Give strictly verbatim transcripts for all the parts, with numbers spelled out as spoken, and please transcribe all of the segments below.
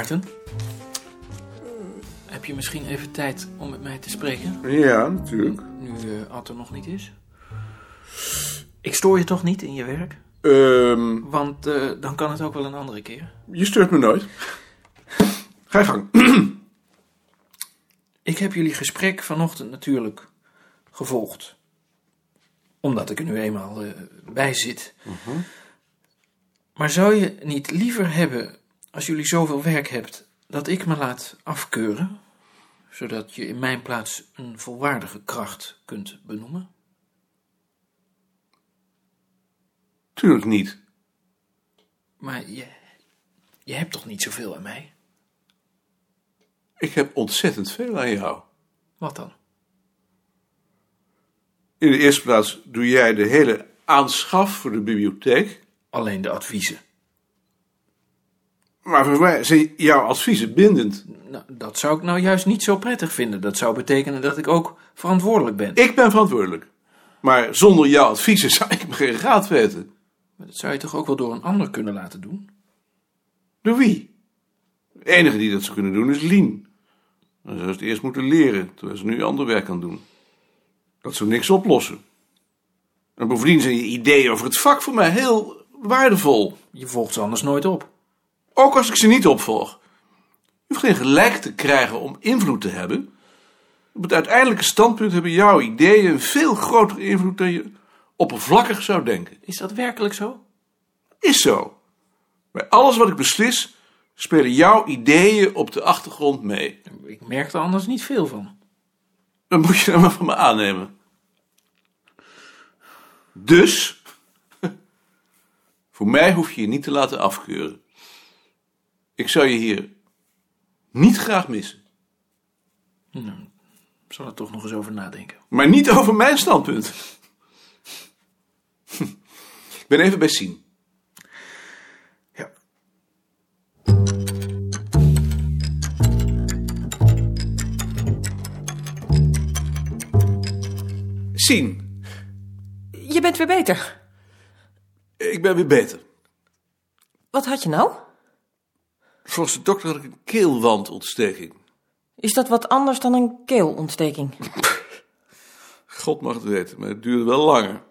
Maarten, heb je misschien even tijd om met mij te spreken? Ja, natuurlijk. Nu uh, Ad er nog niet is. Ik stoor je toch niet in je werk? Um, Want uh, dan kan het ook wel een andere keer. Je steurt me nooit. Ga je gang. Ik heb jullie gesprek vanochtend natuurlijk gevolgd. Omdat ik er nu eenmaal uh, bij zit. Uh-huh. Maar zou je niet liever hebben, als jullie zoveel werk hebt, dat ik me laat afkeuren, zodat je in mijn plaats een volwaardige kracht kunt benoemen? Tuurlijk niet. Maar je, je hebt toch niet zoveel aan mij? Ik heb ontzettend veel aan jou. Wat dan? In de eerste plaats doe jij de hele aanschaf voor de bibliotheek. Alleen de adviezen. Maar voor mij zijn jouw adviezen bindend. Nou, dat zou ik nou juist niet zo prettig vinden. Dat zou betekenen dat ik ook verantwoordelijk ben. Ik ben verantwoordelijk. Maar zonder jouw adviezen zou ik me geen raad weten. Maar dat zou je toch ook wel door een ander kunnen laten doen? Door wie? De enige die dat zou kunnen doen is Lien. Dan zou ze het eerst moeten leren, terwijl ze nu ander werk kan doen. Dat zou niks oplossen. En bovendien zijn je ideeën over het vak voor mij heel waardevol. Je volgt ze anders nooit op. Ook als ik ze niet opvolg. Je hoeft geen gelijk te krijgen om invloed te hebben. Op het uiteindelijke standpunt hebben jouw ideeën een veel grotere invloed dan je oppervlakkig zou denken. Is dat werkelijk zo? Is zo. Bij alles wat ik beslis, spelen jouw ideeën op de achtergrond mee. Ik merk er anders niet veel van. Dan moet je dat maar van me aannemen. Dus, voor mij hoef je je niet te laten afkeuren. Ik zou je hier niet graag missen. Nou, ik zal er toch nog eens over nadenken. Maar niet over mijn standpunt. Ik ben even bij Sien. Ja. Sien, Je bent weer beter. ik ben weer beter. Wat had je nou? Volgens de dokter had ik een keelwandontsteking. Is dat wat anders dan een keelontsteking? God mag het weten, maar het duurde wel langer.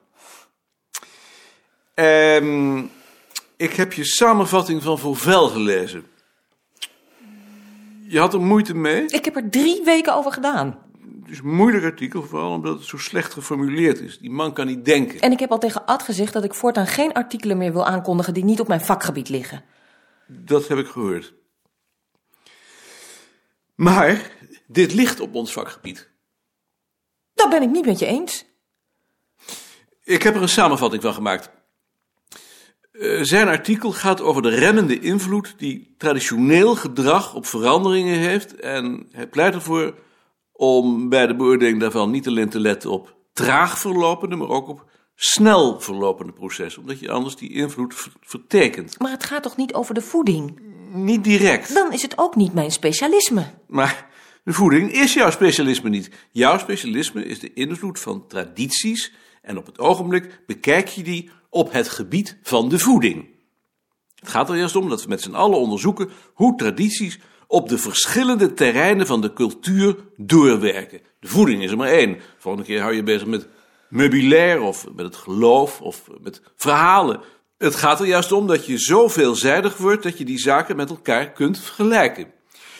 Um, ik heb je samenvatting van Vauvel gelezen. Je had er moeite mee? Ik heb er drie weken over gedaan. Het is een moeilijk artikel, vooral omdat het zo slecht geformuleerd is. Die man kan niet denken. En ik heb al tegen Ad gezegd dat ik voortaan geen artikelen meer wil aankondigen die niet op mijn vakgebied liggen. Dat heb ik gehoord. Maar dit ligt op ons vakgebied. Dat ben ik niet met je eens. Ik heb er een samenvatting van gemaakt. Uh, zijn artikel gaat over de remmende invloed die traditioneel gedrag op veranderingen heeft. En hij pleit ervoor om bij de beoordeling daarvan niet alleen te letten op traag verlopende, maar ook op snel verlopende processen. Omdat je anders die invloed ver- vertekent. Maar het gaat toch niet over de voeding? Niet direct. Dan is het ook niet mijn specialisme. Maar de voeding is jouw specialisme niet. Jouw specialisme is de invloed van tradities. En op het ogenblik bekijk je die op het gebied van de voeding. Het gaat er juist om dat we met z'n allen onderzoeken hoe tradities op de verschillende terreinen van de cultuur doorwerken. De voeding is er maar één. Volgende keer hou je bezig met meubilair of met het geloof of met verhalen. Het gaat er juist om dat je zo veelzijdig wordt dat je die zaken met elkaar kunt vergelijken.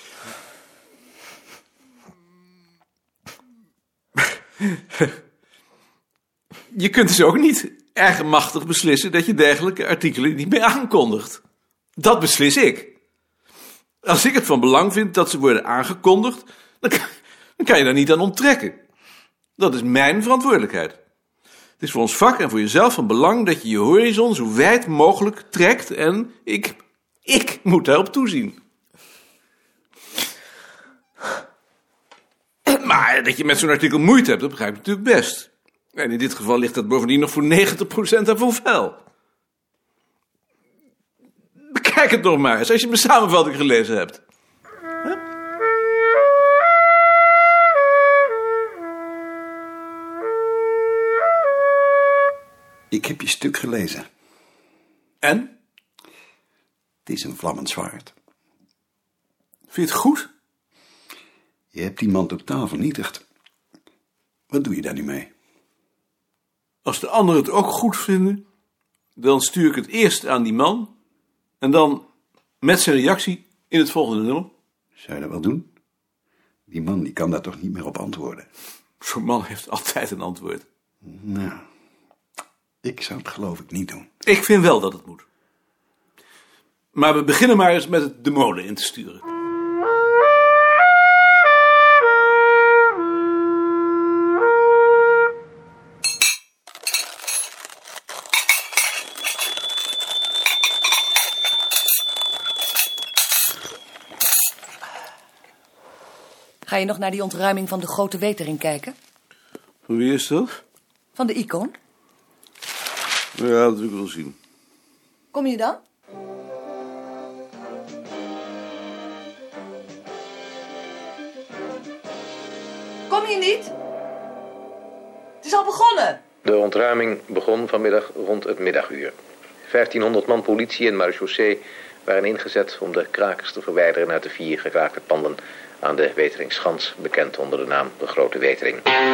Je kunt dus ook niet eigenmachtig beslissen dat je dergelijke artikelen niet meer aankondigt. Dat beslis ik. Als ik het van belang vind dat ze worden aangekondigd, dan kan, dan kan je daar niet aan onttrekken. Dat is mijn verantwoordelijkheid. Het is voor ons vak en voor jezelf van belang dat je je horizon zo wijd mogelijk trekt en ik, ik moet daarop toezien. Maar dat je met zo'n artikel moeite hebt, dat begrijp ik natuurlijk best. En in dit geval ligt dat bovendien nog voor negentig procent aan Vauvel. Bekijk het nog maar eens, als je mijn samenvatting gelezen hebt. Huh? Ik heb je stuk gelezen. En? Het is een vlammend zwaard. Vind je het goed? Je hebt die man totaal vernietigd. Wat doe je daar nu mee? Als de anderen het ook goed vinden, dan stuur ik het eerst aan die man en dan met zijn reactie in het volgende nummer. Zou je dat wel doen? Die man die kan daar toch niet meer op antwoorden? Zo'n man heeft altijd een antwoord. Nou, ik zou het geloof ik niet doen. Ik vind wel dat het moet. Maar we beginnen maar eens met het de molen in te sturen. Ga je nog naar die ontruiming van de Grote Wetering kijken? Van wie is dat? Van de Icoon? Ja, dat wil ik wel zien. Kom je dan? Kom je niet? Het is al begonnen. De ontruiming begon vanmiddag rond het middaguur. vijftienhonderd man politie en marechaussee waren ingezet om de krakers te verwijderen uit de vier gekraakte panden aan de Weteringschans, bekend onder de naam de Grote Wetering.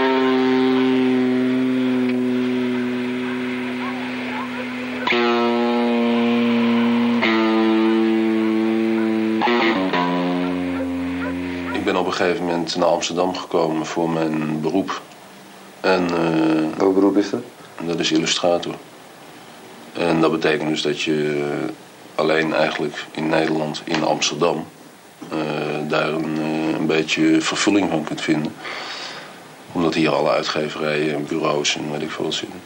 Ik ben op een gegeven moment naar Amsterdam gekomen voor mijn beroep. En, uh, Welk beroep is dat? Dat is illustrator. En dat betekent dus dat je alleen eigenlijk in Nederland, in Amsterdam, uh, daar een, uh, een beetje vervulling van kunt vinden. Omdat hier alle uitgeverijen en bureaus en weet ik veel wat zitten.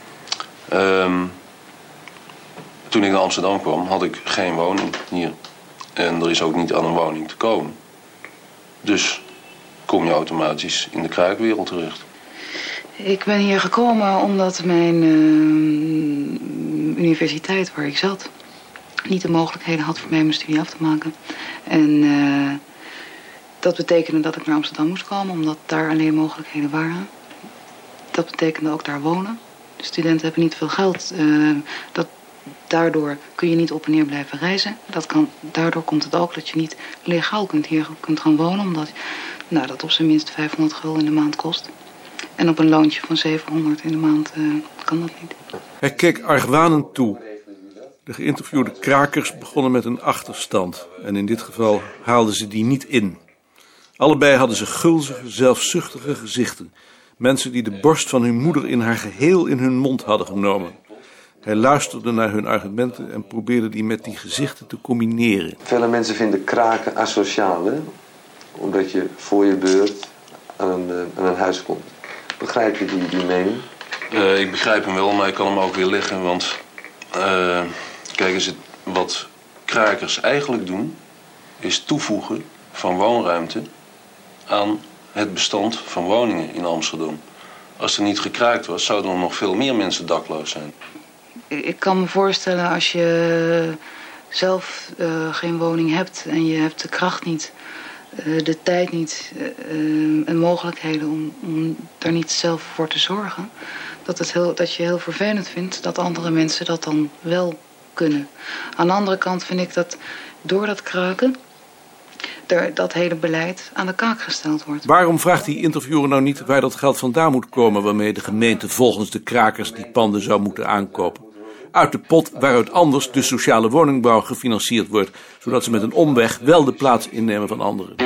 Um, toen ik naar Amsterdam kwam, had ik geen woning hier. En er is ook niet aan een woning te komen. Dus kom je automatisch in de kraakwereld terecht. Ik ben hier gekomen omdat mijn uh, universiteit waar ik zat niet de mogelijkheden had voor mij mijn studie af te maken. En uh, dat betekende dat ik naar Amsterdam moest komen, omdat daar alleen mogelijkheden waren. Dat betekende ook daar wonen. De studenten hebben niet veel geld. Uh, dat, daardoor kun je niet op en neer blijven reizen. Dat kan, daardoor komt het ook dat je niet legaal kunt hier kunt gaan wonen, omdat nou, dat op zijn minst vijfhonderd gulden in de maand kost. En op een loontje van zevenhonderd in de maand uh, kan dat niet. Hij keek argwanend toe. De geïnterviewde krakers begonnen met een achterstand. En in dit geval haalden ze die niet in. Allebei hadden ze gulzige, zelfzuchtige gezichten. Mensen die de borst van hun moeder in haar geheel in hun mond hadden genomen. Hij luisterde naar hun argumenten en probeerde die met die gezichten te combineren. Vele mensen vinden kraken asociaal, hè? Omdat je voor je beurt aan een, aan een huis komt. Begrijp je die, die mening? Uh, ik begrijp hem wel, maar ik kan hem ook weer leggen. Want uh, kijk eens, het, wat krakers eigenlijk doen, is toevoegen van woonruimte aan het bestand van woningen in Amsterdam. Als er niet gekraakt was, zouden er nog veel meer mensen dakloos zijn. Ik kan me voorstellen als je zelf uh, geen woning hebt en je hebt de kracht niet, uh, de tijd niet uh, en mogelijkheden om, om daar niet zelf voor te zorgen, dat, het heel, dat je heel vervelend vindt dat andere mensen dat dan wel kunnen. Aan de andere kant vind ik dat door dat kraken er, dat hele beleid aan de kaak gesteld wordt. Waarom vraagt die interviewer nou niet waar dat geld vandaan moet komen waarmee de gemeente volgens de krakers die panden zou moeten aankopen? Uit de pot waaruit anders de sociale woningbouw gefinancierd wordt, zodat ze met een omweg wel de plaats innemen van anderen.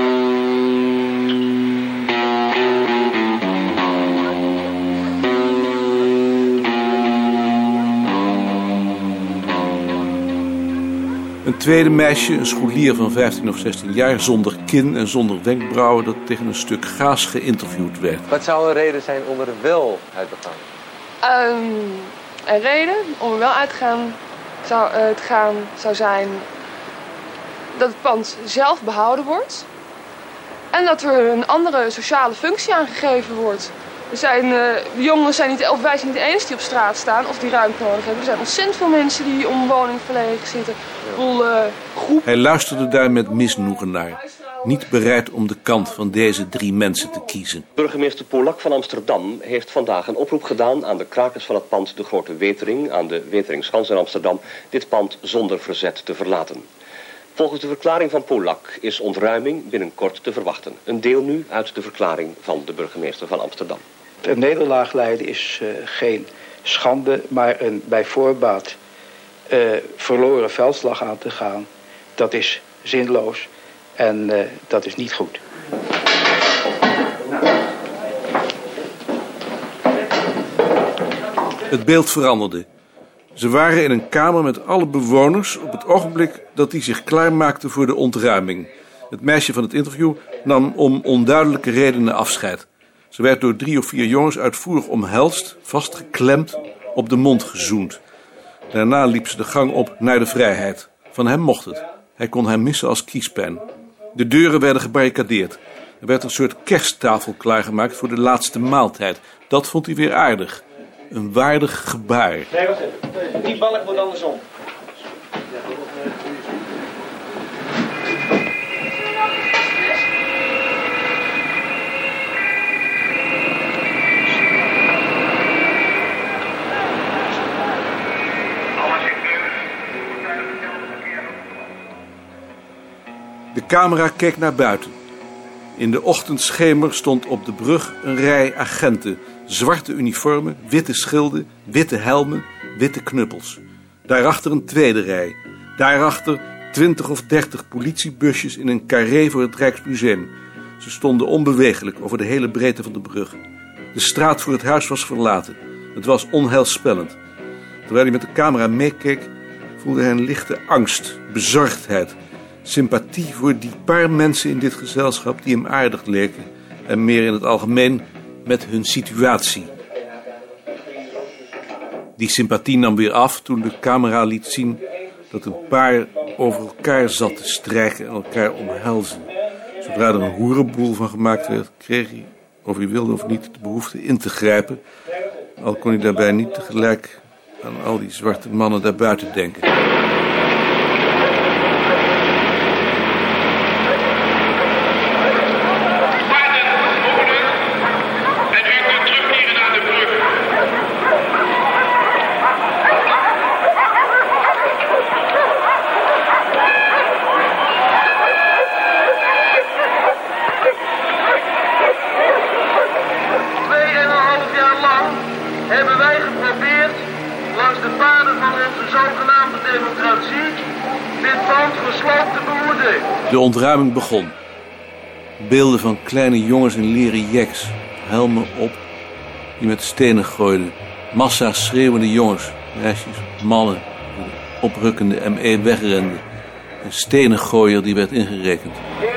Een tweede meisje, een scholier van vijftien of zestien jaar, zonder kin en zonder wenkbrauwen, dat tegen een stuk gaas geïnterviewd werd. Wat zou een reden zijn om er wel uit te gaan? Um, een reden om er wel uit te gaan zou, uh, te gaan zou zijn dat het pand zelf behouden wordt. En dat er een andere sociale functie aangegeven wordt. Er zijn, uh, de jongens zijn niet, of wij zijn niet de enige die op straat staan of die ruimte nodig hebben. Er zijn ontzettend veel mensen die om woning verlegen zitten. Boel, uh, groep. Hij luisterde daar met misnoegen naar. Niet bereid om de kant van deze drie mensen te kiezen. Burgemeester Polak van Amsterdam heeft vandaag een oproep gedaan aan de krakers van het pand De Grote Wetering aan de Weteringschans in Amsterdam dit pand zonder verzet te verlaten. Volgens de verklaring van Polak is ontruiming binnenkort te verwachten. Een deel nu uit de verklaring van de burgemeester van Amsterdam. Een nederlaag lijden is uh, geen schande, maar een bij voorbaat uh, verloren veldslag aan te gaan, dat is zinloos en uh, dat is niet goed. Het beeld veranderde. Ze waren in een kamer met alle bewoners op het ogenblik dat die zich klaarmaakten voor de ontruiming. Het meisje van het interview nam om onduidelijke redenen afscheid. Ze werd door drie of vier jongens uitvoerig omhelst, vastgeklemd, op de mond gezoend. Daarna liep ze de gang op naar de vrijheid. Van hem mocht het. Hij kon haar missen als kiespijn. De deuren werden gebarricadeerd. Er werd een soort kersttafel klaargemaakt voor de laatste maaltijd. Dat vond hij weer aardig. Een waardig gebaar. Nee, wacht even. Die balk wordt andersom. De camera keek naar buiten. In de ochtendschemer stond op de brug een rij agenten. Zwarte uniformen, witte schilden, witte helmen, witte knuppels. Daarachter een tweede rij. Daarachter twintig of dertig politiebusjes in een carré voor het Rijksmuseum. Ze stonden onbewegelijk over de hele breedte van de brug. De straat voor het huis was verlaten. Het was onheilspellend. Terwijl hij met de camera meekeek, voelde hij een lichte angst, bezorgdheid. Sympathie voor die paar mensen in dit gezelschap die hem aardig leken. En meer in het algemeen met hun situatie. Die sympathie nam weer af toen de camera liet zien dat een paar over elkaar zat te strijken en elkaar omhelzen. Zodra er een hoerenboel van gemaakt werd, kreeg hij, of hij wilde of niet, de behoefte in te grijpen. Al kon hij daarbij niet tegelijk aan al die zwarte mannen daarbuiten denken. De ontruiming begon. Beelden van kleine jongens in leren jacks, helmen op, die met stenen gooiden. Massa schreeuwende jongens, meisjes, mannen, die de oprukkende M E wegrenden. Een stenengooier die werd ingerekend.